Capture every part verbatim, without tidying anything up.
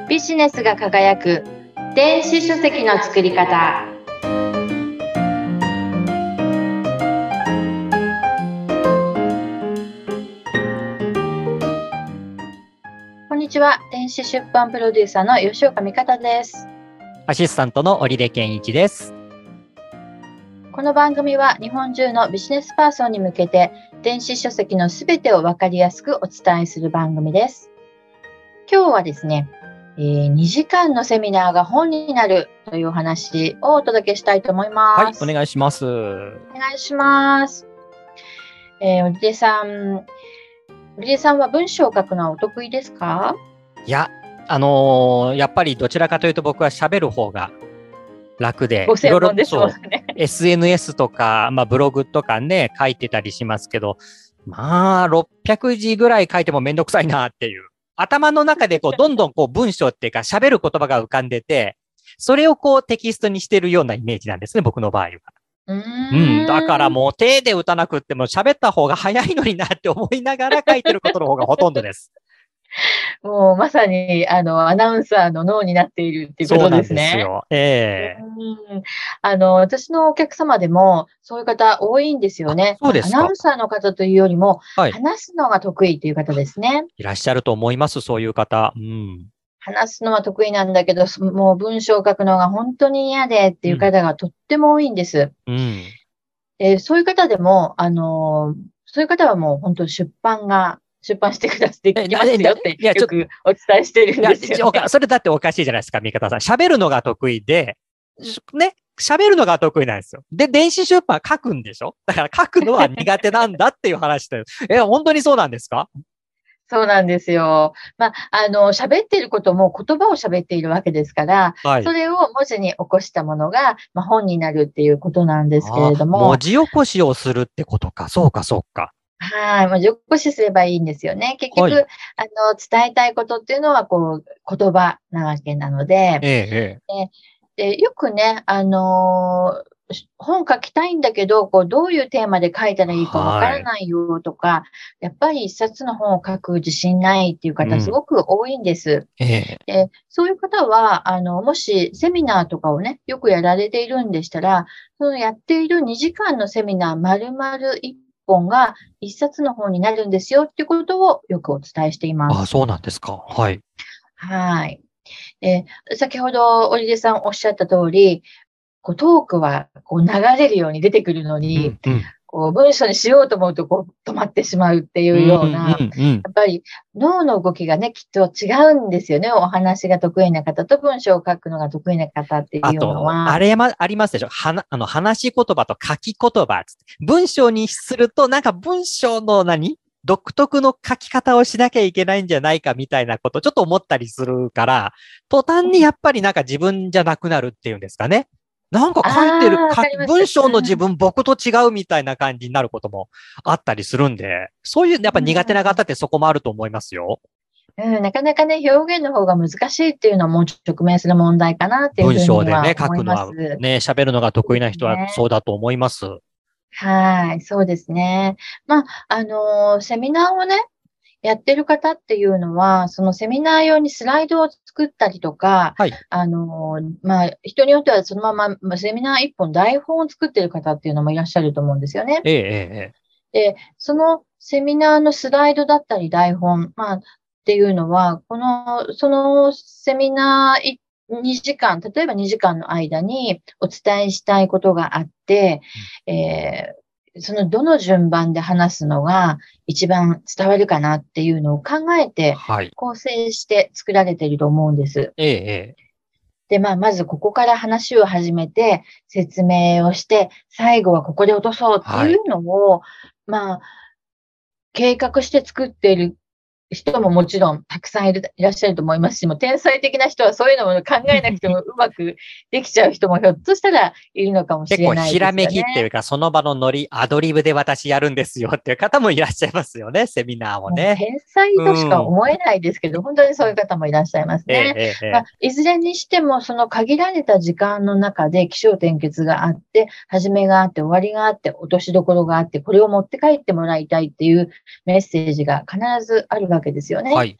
ビジネスが輝く電子書籍の作り方。こんにちは。電子出版プロデューサーの吉岡美方です。 アシスタントの織出健一です。 この番組は日本中のビジネスパーソンに向けて電子書籍のすべてを分かりやすくお伝えする番組です。今日はですね、えー、にじかんのセミナーが本になるというお話をお届けしたいと思います。 はい、お願いします。お願いします。えー、織出さん、織出さんは文章を書くのはお得意ですか？ いや、あのー、やっぱりどちらかというと僕は喋る方が楽で、 ご専門ですもんね。 エスエヌエス とか、まあ、ブログとかね、書いてたりしますけど、まあ、ろっぴゃくじぐらい書いてもめんどくさいなっていう。頭の中でこう、どんどんこう、文章っていうか、喋る言葉が浮かんでて、それをこう、テキストにしてるようなイメージなんですね、僕の場合は。 うーうん。だからもう手で打たなくっても喋った方が早いのになって思いながら書いてることの方がほとんどです。 もうまさにあのアナウンサーの脳になっているっていうことですね。 そうなんですよ。ええー。うんあの私のお客様でもそういう方多いんですよね。 そうですか。 アナウンサーの方というよりも、 はい。 話すのが得意という方ですね。 いらっしゃると思います、そういう方。うん。 話すのは得意なんだけど、もう文章を書くのが本当に嫌でっていう方がとっても多いんです。 うん。 でそういう方でも、あのそういう方はもう本当出版が、出版してくださって聞きますよってよくお伝えしてるんですよね。 それだっておかしいじゃないですか、味方さん。喋るのが得意で、ね、喋るのが得意なんですよ。で、電子出版書くんでしょ？だから書くのは苦手なんだっていう話で。え、本当にそうなんですか？ そうなんですよ。まあ、あの、喋っていることも言葉を喋っているわけですから、 はい。 それを文字に起こしたものが、まあ、本になるっていうことなんですけれども。 文字起こしをするってことか。そうか、そうか。 はい。文字起こしすればいいんですよね。結局、はい、あの、伝えたいことっていうのは、こう、言葉なわけなので、 ええ、 ででよくね、あのー本書きたいんだけど、こう、どういうテーマで書いたらいいかわからないよとか、はい、やっぱり一冊の本を書く自信ないっていう方すごく多いんです。 うんええ、 でそういう方は、あの、もしセミナーとかをね、よくやられているんでしたら、そのやっているにじかんのセミナー丸々いっぽんが一冊の本になるんですよっていうことをよくお伝えしています。 あ、そうなんですか。はい。 はい。で先ほど織出さんおっしゃった通り、こうトークはこう流れるように出てくるのに、うんうん、こう文章にしようと思うとこう止まってしまうっていうような、うんうんうん、やっぱり脳の動きがね、きっと違うんですよね。お話が得意な方と文章を書くのが得意な方っていうのは。 あと、あれま、ありますでしょ？はな、あの、話し言葉と書き言葉つって。文章にすると、なんか文章の何独特の書き方をしなきゃいけないんじゃないかみたいなこと、ちょっと思ったりするから、途端にやっぱりなんか自分じゃなくなるっていうんですかね。なんか書いてる、文章の自分、僕と違うみたいな感じになることもあったりするんで、そういうやっぱ苦手な方ってそこもあると思いますよ。 うん、なかなかね、表現の方が難しいっていうのはもう直面する問題かなっていうふうには思います。文章でね、書くのはね、喋るのが得意な人はそうだと思います。 はい、そうですね。まあ、あのー、セミナーをね、やってる方っていうのは、そのセミナー用にスライドを作ったりとか、 はい、 あの、まあ、人によってはそのままセミナー一本台本を作ってる方っていうのもいらっしゃると思うんですよね。 ええ、ええ。で、そのセミナーのスライドだったり台本、まあ、っていうのは、この、そのセミナーにじかん、例えばにじかんの間にお伝えしたいことがあって、えーそのどの順番で話すのが一番伝わるかなっていうのを考えて構成して作られていると思うんです。 ええ。 で、まあ、まずここから話を始めて説明をして、最後はここで落とそうっていうのを、はい、まあ、計画して作っている人ももちろんたくさんいるいらっしゃると思いますし、もう天才的な人はそういうのも考えなくてもうまくできちゃう人もひょっとしたらいるのかもしれないですよね。 結構ひらめきっていうか、その場のノリ、アドリブで私やるんですよっていう方もいらっしゃいますよね、セミナーもね。 もう天才としか思えないですけど、うん、本当にそういう方もいらっしゃいますね。ええええまあ、いずれにしても、その限られた時間の中で起承転結があって、始めがあって終わりがあって、落としどころがあって、これを持って帰ってもらいたいっていうメッセージが必ずあるわけですよね。はい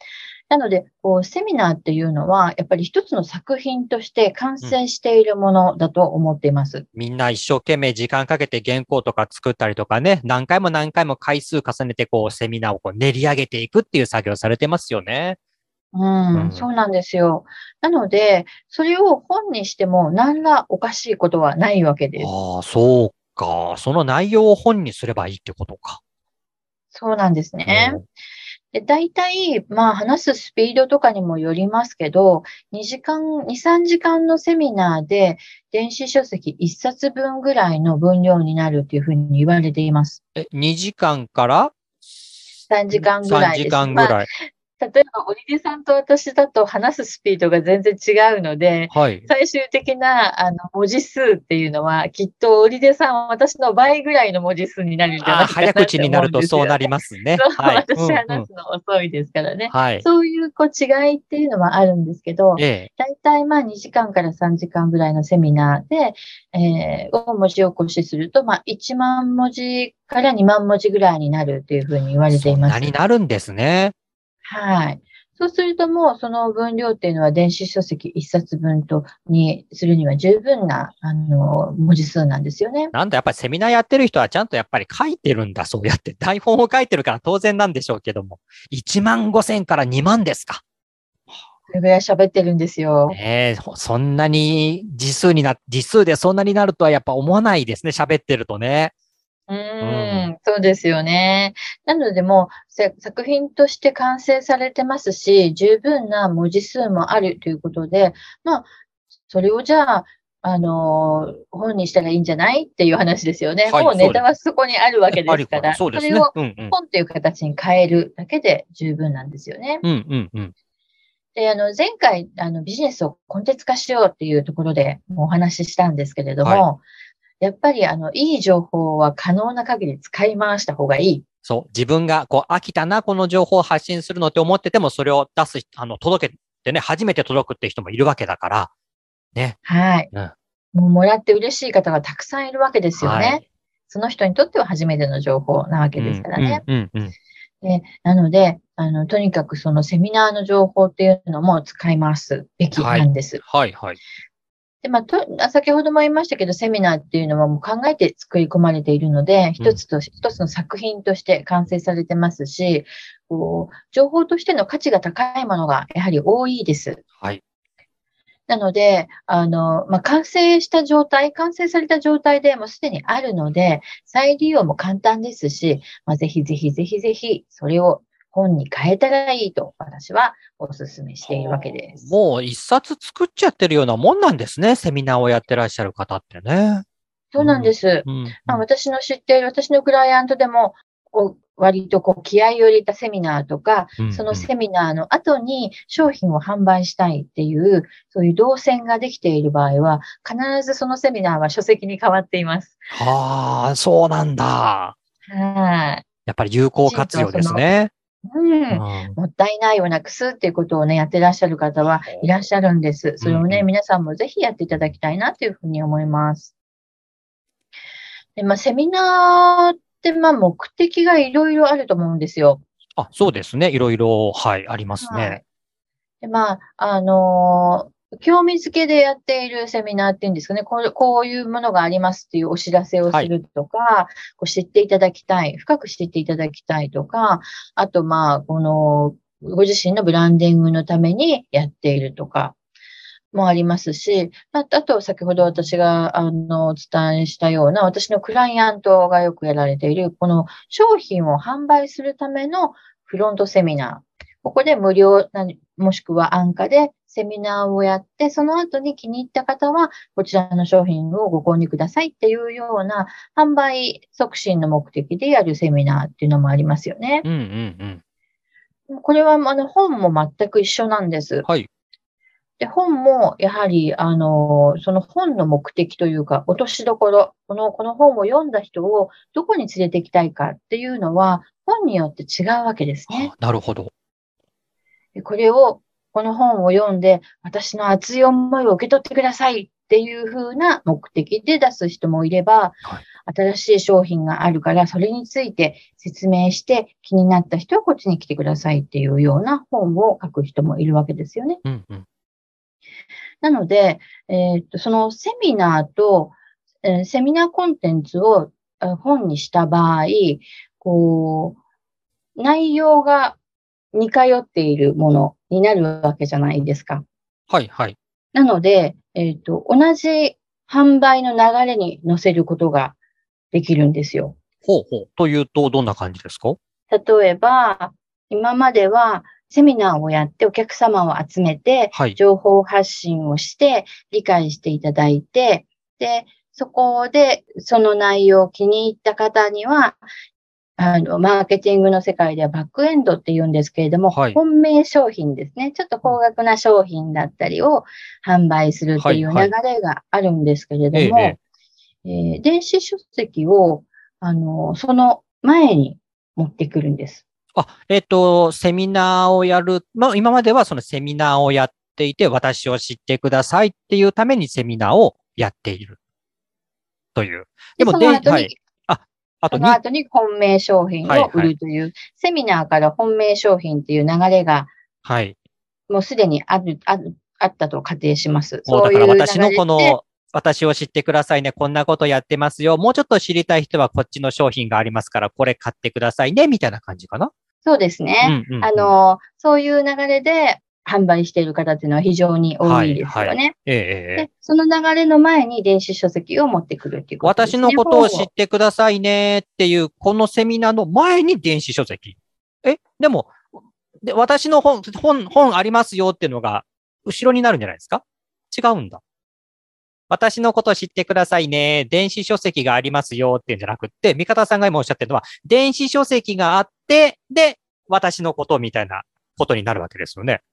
なので、こう、セミナーっていうのは、やっぱり一つの作品として完成しているものだと思っています。うん、 みんな一生懸命時間かけて原稿とか作ったりとかね、何回も何回も回数重ねて、こう、セミナーをこう練り上げていくっていう作業されてますよね。 うん、うん、そうなんですよ。なので、それを本にしても何らおかしいことはないわけです。 ああ、そうか。その内容を本にすればいいってことか。 そうなんですね。で、大体、まあ、話すスピードとかにもよりますけど、にじかん、に、さんじかんのセミナーで、電子書籍いっさつぶんぐらいの分量になるっていうふうに言われています。 え、にじかんからさんじかんぐ 3時らいですね。まあ、 間ぐらい。 例えば、オリデさんと私だと話すスピードが全然違うので、 はい。 最終的な、あの、文字数っていうのは、きっとオリデさんは私の倍ぐらいの文字数になるんじゃああ、 ないか早なって思う口になるとんですよね。 そうなりますね。 そう、 はい。う私ん、うん。 話すの遅いですからね。 はい。 そういうこう違いっていうのはあるんですけど、 ええ。 だいたいまあにじかんからさんじかんぐらいのセミナーで、えー、を文字起こしすると、まあいちまん文字からにまん文字ぐらいになるというふうに言われていそんなにます。 なるんですね。 はい。そうするともうその分量っていうのは電子書籍いっさつぶんとにするには十分な、あの、文字数なんですよね。 なんだ、やっぱりセミナーやってる人はちゃんとやっぱり書いてるんだ、そうやって。台本を書いてるから当然なんでしょうけども。いちまんごせんからにまんですか。 それぐらい喋ってるんですよ。 ええ、そんなに字数にな、字数でそんなになるとはやっぱ思わないですね、喋ってるとね。 ううん。 ーん、そうですよね。なのでもう、せ作品として完成されてますし、十分な文字数もあるということで、まあ、それをじゃあ、あの、本にしたらいいんじゃないっていう話ですよね。 はい、 もうネそうです。 タはそこにあるわけありから、 ですから、 そうですね。 それをうんうん。 本という形に変えるだけで十分なんですよね。 うんうんうん。 で、あの、前回、あの、ビジネスをコンテンツ化しようっていうところでもお話ししたんですけれどはい。 も、やっぱり、あの、いい情報は可能な限り使い回した方がいい。 そう。自分がこう飽きたな、この情報を発信するのって思ってても、それを出す、あの、届けてね、初めて届くって人もいるわけだから、ね。 はい。 うん。 もうもらって嬉しい方がたくさんいるわけですよね。 はい。 その人にとっては初めての情報なわけですうん、 からね。 うん、うん、うん。 で、なので、あの、とにかくそのセミナーの情報っていうのも使い回すべきはい。 なんです。 はい、はい。 で、まあ、と、先ほども言いましたけど、セミナーっていうのはもう考えて作り込まれているので、 うん。 一つと、一つの作品として完成されてますし、こう、情報としての価値が高いものがやはり多いです。 はい。 なので、あの、まあ、完成した状態、完成された状態でもうすでにあるので、再利用も簡単ですし、まあ、ぜひぜひぜひぜひ、それを本に変えたらいいと、私はお勧めしているわけではあ、 す。 もう一冊作っちゃってるようなもんなんですね。セミナーをやってらっしゃる方ってね。 そうなんうん。 です。 うん。うまあ、 ん。 私の知っている、私のクライアントでも、こう割とこう気合を入れたセミナーとか、 うん。うん。 そのセミナーの後に商品を販売したいっていう、そういう動線ができている場合は、必ずそのセミナーは書籍に変わっています。 はあ、そうなんだ。 はい。 やっぱり有きちん効活用とその、 ですね。 うん、 うん。 もったいないをなくすっていうことをね、やってらっしゃる方はいらっしゃるんです。それをね、 うんうん。 皆さんもぜひやっていただきたいなというふうに思います。で、まあ、セミナーって、まあ、目的がいろいろあると思うんですよ。 あ、そうですね。いろいろ、はい、ありますね。 はい。で、まあ、あのー興味づけでやっているセミナーっていうんですかね、こう、こういうものがありますっていうお知らせをはい。 するとか、こう知っていただきたい、深く知っていただきたいとか、あと、まあ、この、ご自身のブランディングのためにやっているとか、もありますし、ああと、先ほど私が、あの、お伝えしたような、私のクライアントがよくやられている、この商品を販売するためのフロントセミナー。ここで無料な、もしくは安価でセミナーをやって、その後に気に入った方は、こちらの商品をご購入くださいっていうような販売促進の目的でやるセミナーっていうのもありますよね。 うんうんうん。 これは、あの、本も全く一緒なんです。 はい。 で、本も、やはり、あの、その本の目的というか、落としどころ、この、この本を読んだ人をどこに連れて行きたいかっていうのは、本によって違うわけですね。 はあ、なるほど。 でこれを、この本を読んで、私の熱い思いを受け取ってくださいっていう風な目的で出す人もいれば、 はい。 新しい商品があるから、それについて説明して気になった人はこっちに来てくださいっていうような本を書く人もいるわけですよね。 うんうん。 なので、えっと、そのセミナーと、えーセミナーコンテンツをあ本にした場合、こう、内容が似通っているものになるわけじゃないですか。 はいはい。 なので、えっと、同じ販売の流れに乗せることができるんですよ。 ほうほう。というと、どんな感じですか？ 例えば、今まではセミナーをやってお客様を集めて、 はい。 情報発信をして理解していただいて、で、そこでその内容を気に入った方には、あの、マーケティングの世界ではバックエンドって言うんですけれども、 はい。 本命商品ですね。ちょっと高額な商品だったりを販売するっていう流はいはい。 れがあるんですけれええ、えども、 え。 えー電子書籍を、あの、その前に持ってくるんです。 あ、えっと、セミナーをやる。まあ、今まではそのセミナーをやっていて、私を知ってくださいっていうためにセミナーをやっているという。でで、 も、で、 その後に、 はい。あ、あとに、 その後に本命商品を売はいはい。 るという、セミナーから本命商品っていう流れが、 はい。 もうすでにある、ある、あったと仮定します。 もうだそういう流から私のれで、 この、私を知ってくださいね。こんなことやってますよ。もうちょっと知りたい人はこっちの商品がありますから、これ買ってくださいね。みたいな感じかな。 そうですね。 うんうんうん。 あの、そういう流れで販売している方っていうのは非常に多いはいはい。 ですよね。 ええ、えで、 え。 その流れの前に電子書籍を持ってくるっていうことですね。 私のこと本を。 を知ってくださいねっていう、このセミナーの前に電子書籍。え、でも、で、私の本、本、本ありますよっていうのが、後ろになるんじゃないですか？違うんだ。私のことを知ってくださいね。電子書籍がありますよっていうんじゃなくって、味方さんが今おっしゃってるのは、電子書籍があって、で、私のことみたいなことになるわけですよね。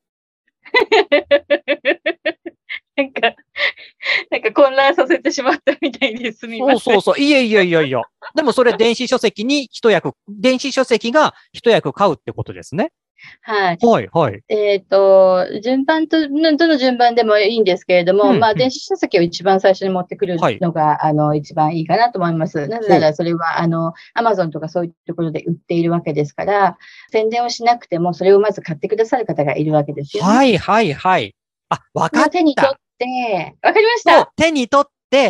なんか、なんか混乱させてしまったみたいですみません。 そうそうそう。いえいえいえいえ。でもそれ電子書籍に一役、電子書籍が一役買うってことですね。 はい。 はい、はい。 えっと、順番と、のどの順番でもいいんですけれども、 うん、 まあ、 うん。 電子書籍を一番最初に持ってくるはい。 のが、あの、一番いいかなと思います。なぜなほう。 ら、それは、あの、アマゾンとかそういうところで売っているわけですから、宣伝をしなくても、それをまず買ってくださる方がいるわけですよね。 はい、はい、はい。あ、わそれをかっ手に取った。 て、わかりましそう、 た？ 手に取って、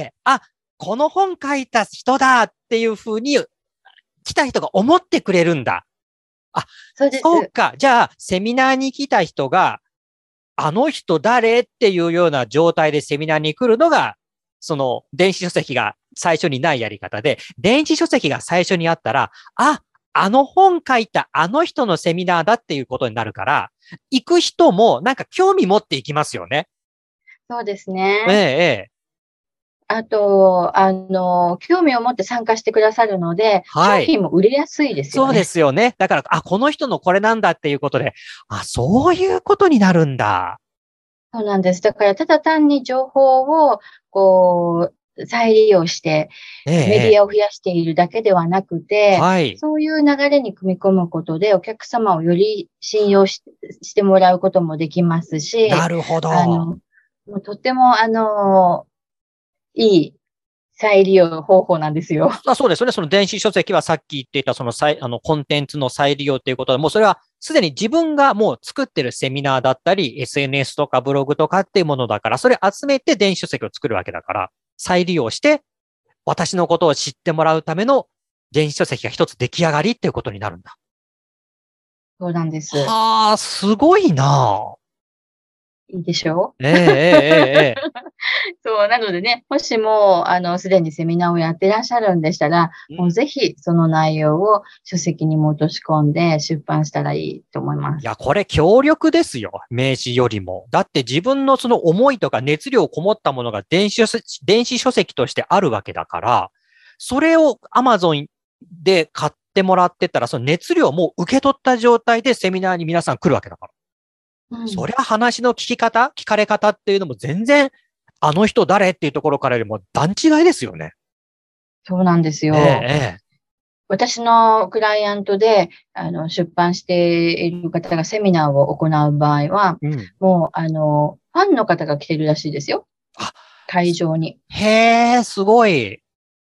あ、この本書いた人だっていうふうに来た人が思ってくれるんだ。あ、 そうです。 そうか。じゃあ、セミナーに来た人が、あの人誰っていうような状態でセミナーに来るのが、その電子書籍が最初にないやり方で、電子書籍が最初にあったら、あ、あの本書いたあの人のセミナーだっていうことになるから、行く人もなんか興味持っていきますよね。 そうですええ、 ね。 ええ。 あと、あの、興味を持って参加してくださるので、商はい。 品も売れやすいですよそうでね。 すよね。だから、あ、この人のこれなんだっていうことで、あ、そういうことになるんだ。 そうなんです。だから、ただ単に情報を、こう、再利用して、 ええ、 メデええ。 ィアを増やしているだけではなくて、 はい。 そういう流れに組み込むことで、お客様をより信用し、してもらうこともできますし、 なるほど。 あの、もうとっても、あの、いい再利用方法なんですよ。 あ、そうですよね。その電子書籍はさっき言っていたその再、あの、コンテンツの再利用ということで、もうそれはすでに自分がもう作ってるセミナーだったり、エスエヌエス とかブログとかっていうものだから、それ集めて電子書籍を作るわけだから、再利用して、私のことを知ってもらうための電子書籍が一つ出来上がりっていうことになるんだ。 そうなんです。 はあ、すごいな。 いいでしょええ、ええ、ええ。 そう、なのでね、もしも、あの、すでにセミナーをやってらっしゃるんでしたら、 うん。 もうぜひその内容を書籍にも落とし込んで出版したらいいと思います。 いや、これ強力ですよ。名刺よりも。だって自分のその思いとか熱量こもったものが電子書籍、電子書籍としてあるわけだから、それを Amazon で買ってもらってたら、その熱量も受け取った状態でセミナーに皆さん来るわけだから。 うん、 そりゃ話の聞き方、聞かれ方っていうのも全然、あの人誰っていうところからよりも段違いですよね。 そうなんですえよ。 え、え私のクライアントで、あの、出版している方がセミナーを行う場合は、 え。うん。 もう、あの、ファンの方が来てるらしいですよ。 あ、 会場に。 へえ、すごい。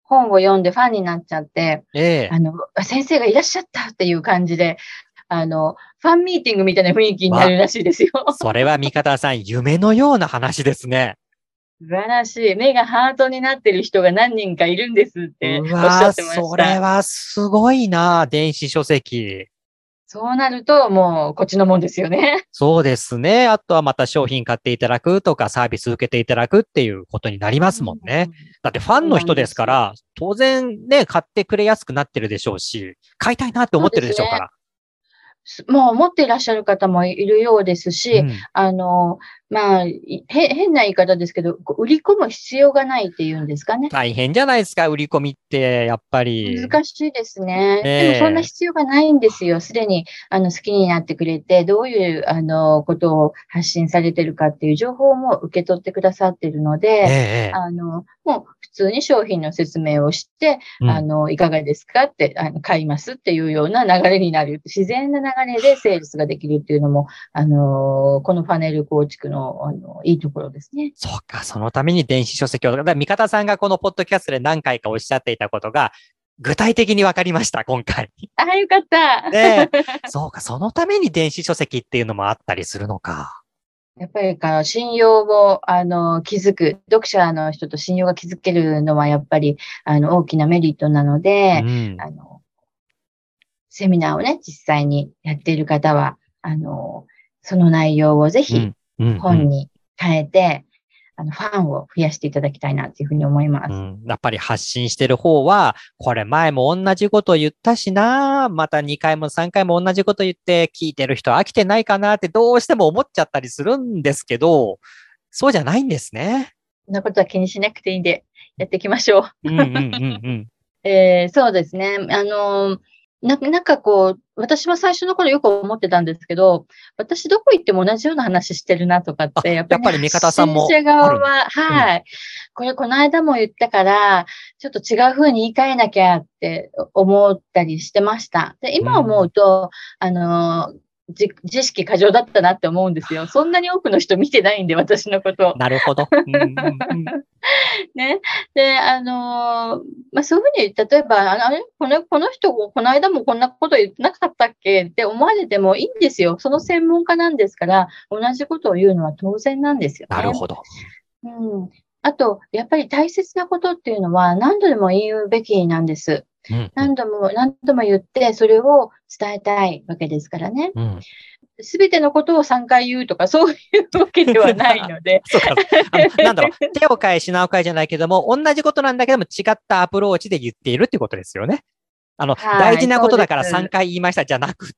本を読んでファンになっちゃって、 ええ。 あの、先生がいらっしゃったっていう感じで、あの、ファンミーティングみたいな雰囲気になるらしいですよ。 それは味方さん、夢のような話ですね。 素晴らしい。目がハートになってる人が何人かいるんですってうおっしゃわー、 ってましそれた。 はすごいな、電子書籍。 そうなると、もう、こっちのもんですよね。 そうですね。あとはまた商品買っていただくとかサービス受けていただくっていうことになりますもんね。だってファそうンの人なんです。 ですから、当然ね、買ってくれやすくなってるでしょうし、買いたいなって思ってるそうですね。 でしょうから。 すもう持っていらっしゃる方もいるようですし、 うん。 あの、まあ、いへ変な言い方ですけど、こう売り込む必要がないっていうんですかね。 大変じゃないですか、売り込みって、やっぱり。 難しいですね。でもそんなええ。 必要がないんですよ。すでにあの好きになってくれて、どういうあのことを発信されてるかっていう情報も受け取ってくださってるのえで、 え。 あの、もう普通に商品の説明をして、 うん。 あの、いかがですかって、あの、買いますっていうような流れになる。自然な流れでセールスができるっていうのも、あの、このパネル構築の、あの、いいところですね。 そうか、そのために電子書籍を、だから味方さんがこのポッドキャストで何回かおっしゃっていたことが、具体的に分かりました、今回。 ああ、よかった。 で、そうか、そのために電子書籍っていうのもあったりするのか。 やっぱりか、信用を、あの、築く、読者の人と信用が築けるのは、やっぱり、あの、大きなメリットなので、 うん。 あの、セミナーをね、実際にやっている方は、あの、その内容をぜひうん。うん。うん。 本に変えて、あの、ファンを増やしていただきたいなというふうに思います。 うん、やっぱり発信してる方は、これ前も同じこと言ったしな、またにかいもさんかいも同じこと言って聞いてる人飽きてないかなってどうしても思っちゃったりするんですけど、そうじゃないんですね。 そんなことは気にしなくていいんで、やっていきましょう。 うんうんうんうん。 えーそうですね。あの、な、なんかこう、私は最初の頃よく思ってたんですけど、私どこ行っても同じような話してるなとかって、やあ、 っぱりね、 やっぱり味発方さんも信者あるんだ。 側は、 うん。 はい。これこの間も言ったから、ちょっと違う風に言い換えなきゃって思ったりしてました。で、今思うん。 うと、あの、自、自意識過剰だったなって思うんですよ。そんなに多くの人見てないんで、私のことを。 なるほど。うんうんうん。 ね。で、あのーまあ、そういうふうに、例えば、あのあれこの、この人、この間もこんなこと言ってなかったっけって思われてもいいんですよ。その専門家なんですから、同じことを言うのは当然なんですよね。 なるほど。 うん。あと、やっぱり大切なことっていうのは何度でも言うべきなんです。 うんうん何度も何度も言って、それを伝えたいわけですからね。 うん。 すべてのことをさんかい言うとか、そういうわけではないので。 そうか。あの、なんだろう。手を変え、品を変えじゃないけども、同じことなんだけども違ったアプローチで言っているっていうことですよね。あの、大はい、 事なそうでことだから3 す。 回言いましたじゃなくって、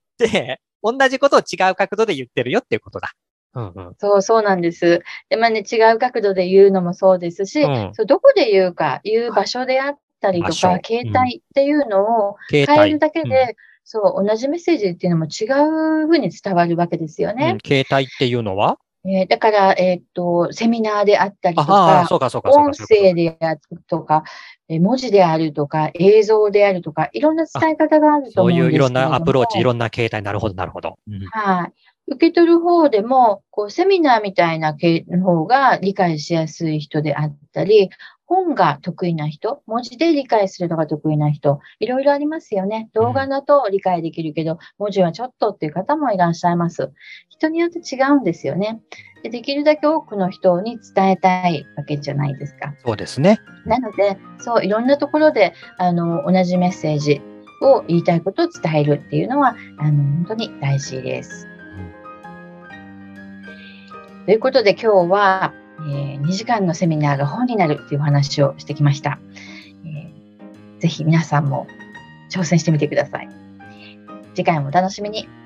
同じことを違う角度で言ってるよっていうことだ。うんうん。 そう、そうなんです。で、まあね、違う角度で言うのもそうですし、 うん。 そう、どこで言うか、言う場所であったりとか、 場所。 形うん。 態っていうのを携帯。 変えるだけうん。 で、そう、同じメッセージっていうのも違うふうに伝わるわけですよね。 うん。携帯っていうのはえーだから、えーっと、セミナーであったりとああ、 か、 そうかそうかそうか、 音そういうことか。 声であるとか、えー文字であるとか、映像であるとか、いろんなあ、 伝え方があるとそうい思うんでういろんなすけれども、 アプローチ、いろんな形態。なるほど、なるほど。うん。 はい。受け取る方でも、こう、セミナーみたいな系の方が理解しやすい人であったり、本が得意な人、文字で理解するのが得意な人、いろいろありますよね。動画うん。 だと理解できるけど、文字はちょっとっていう方もいらっしゃいます。人によって違うんですよね。で、できるだけ多くの人に伝えたいわけじゃないですか。 そうですね。 なので、そう、いろんなところで、あの、同じメッセージを言いたいことを伝えるっていうのは、あの、本当に大事です。ということで今日は、えー、にじかんのセミナーが本になるというお話をしてきました、えー。ぜひ皆さんも挑戦してみてください。次回もお楽しみに。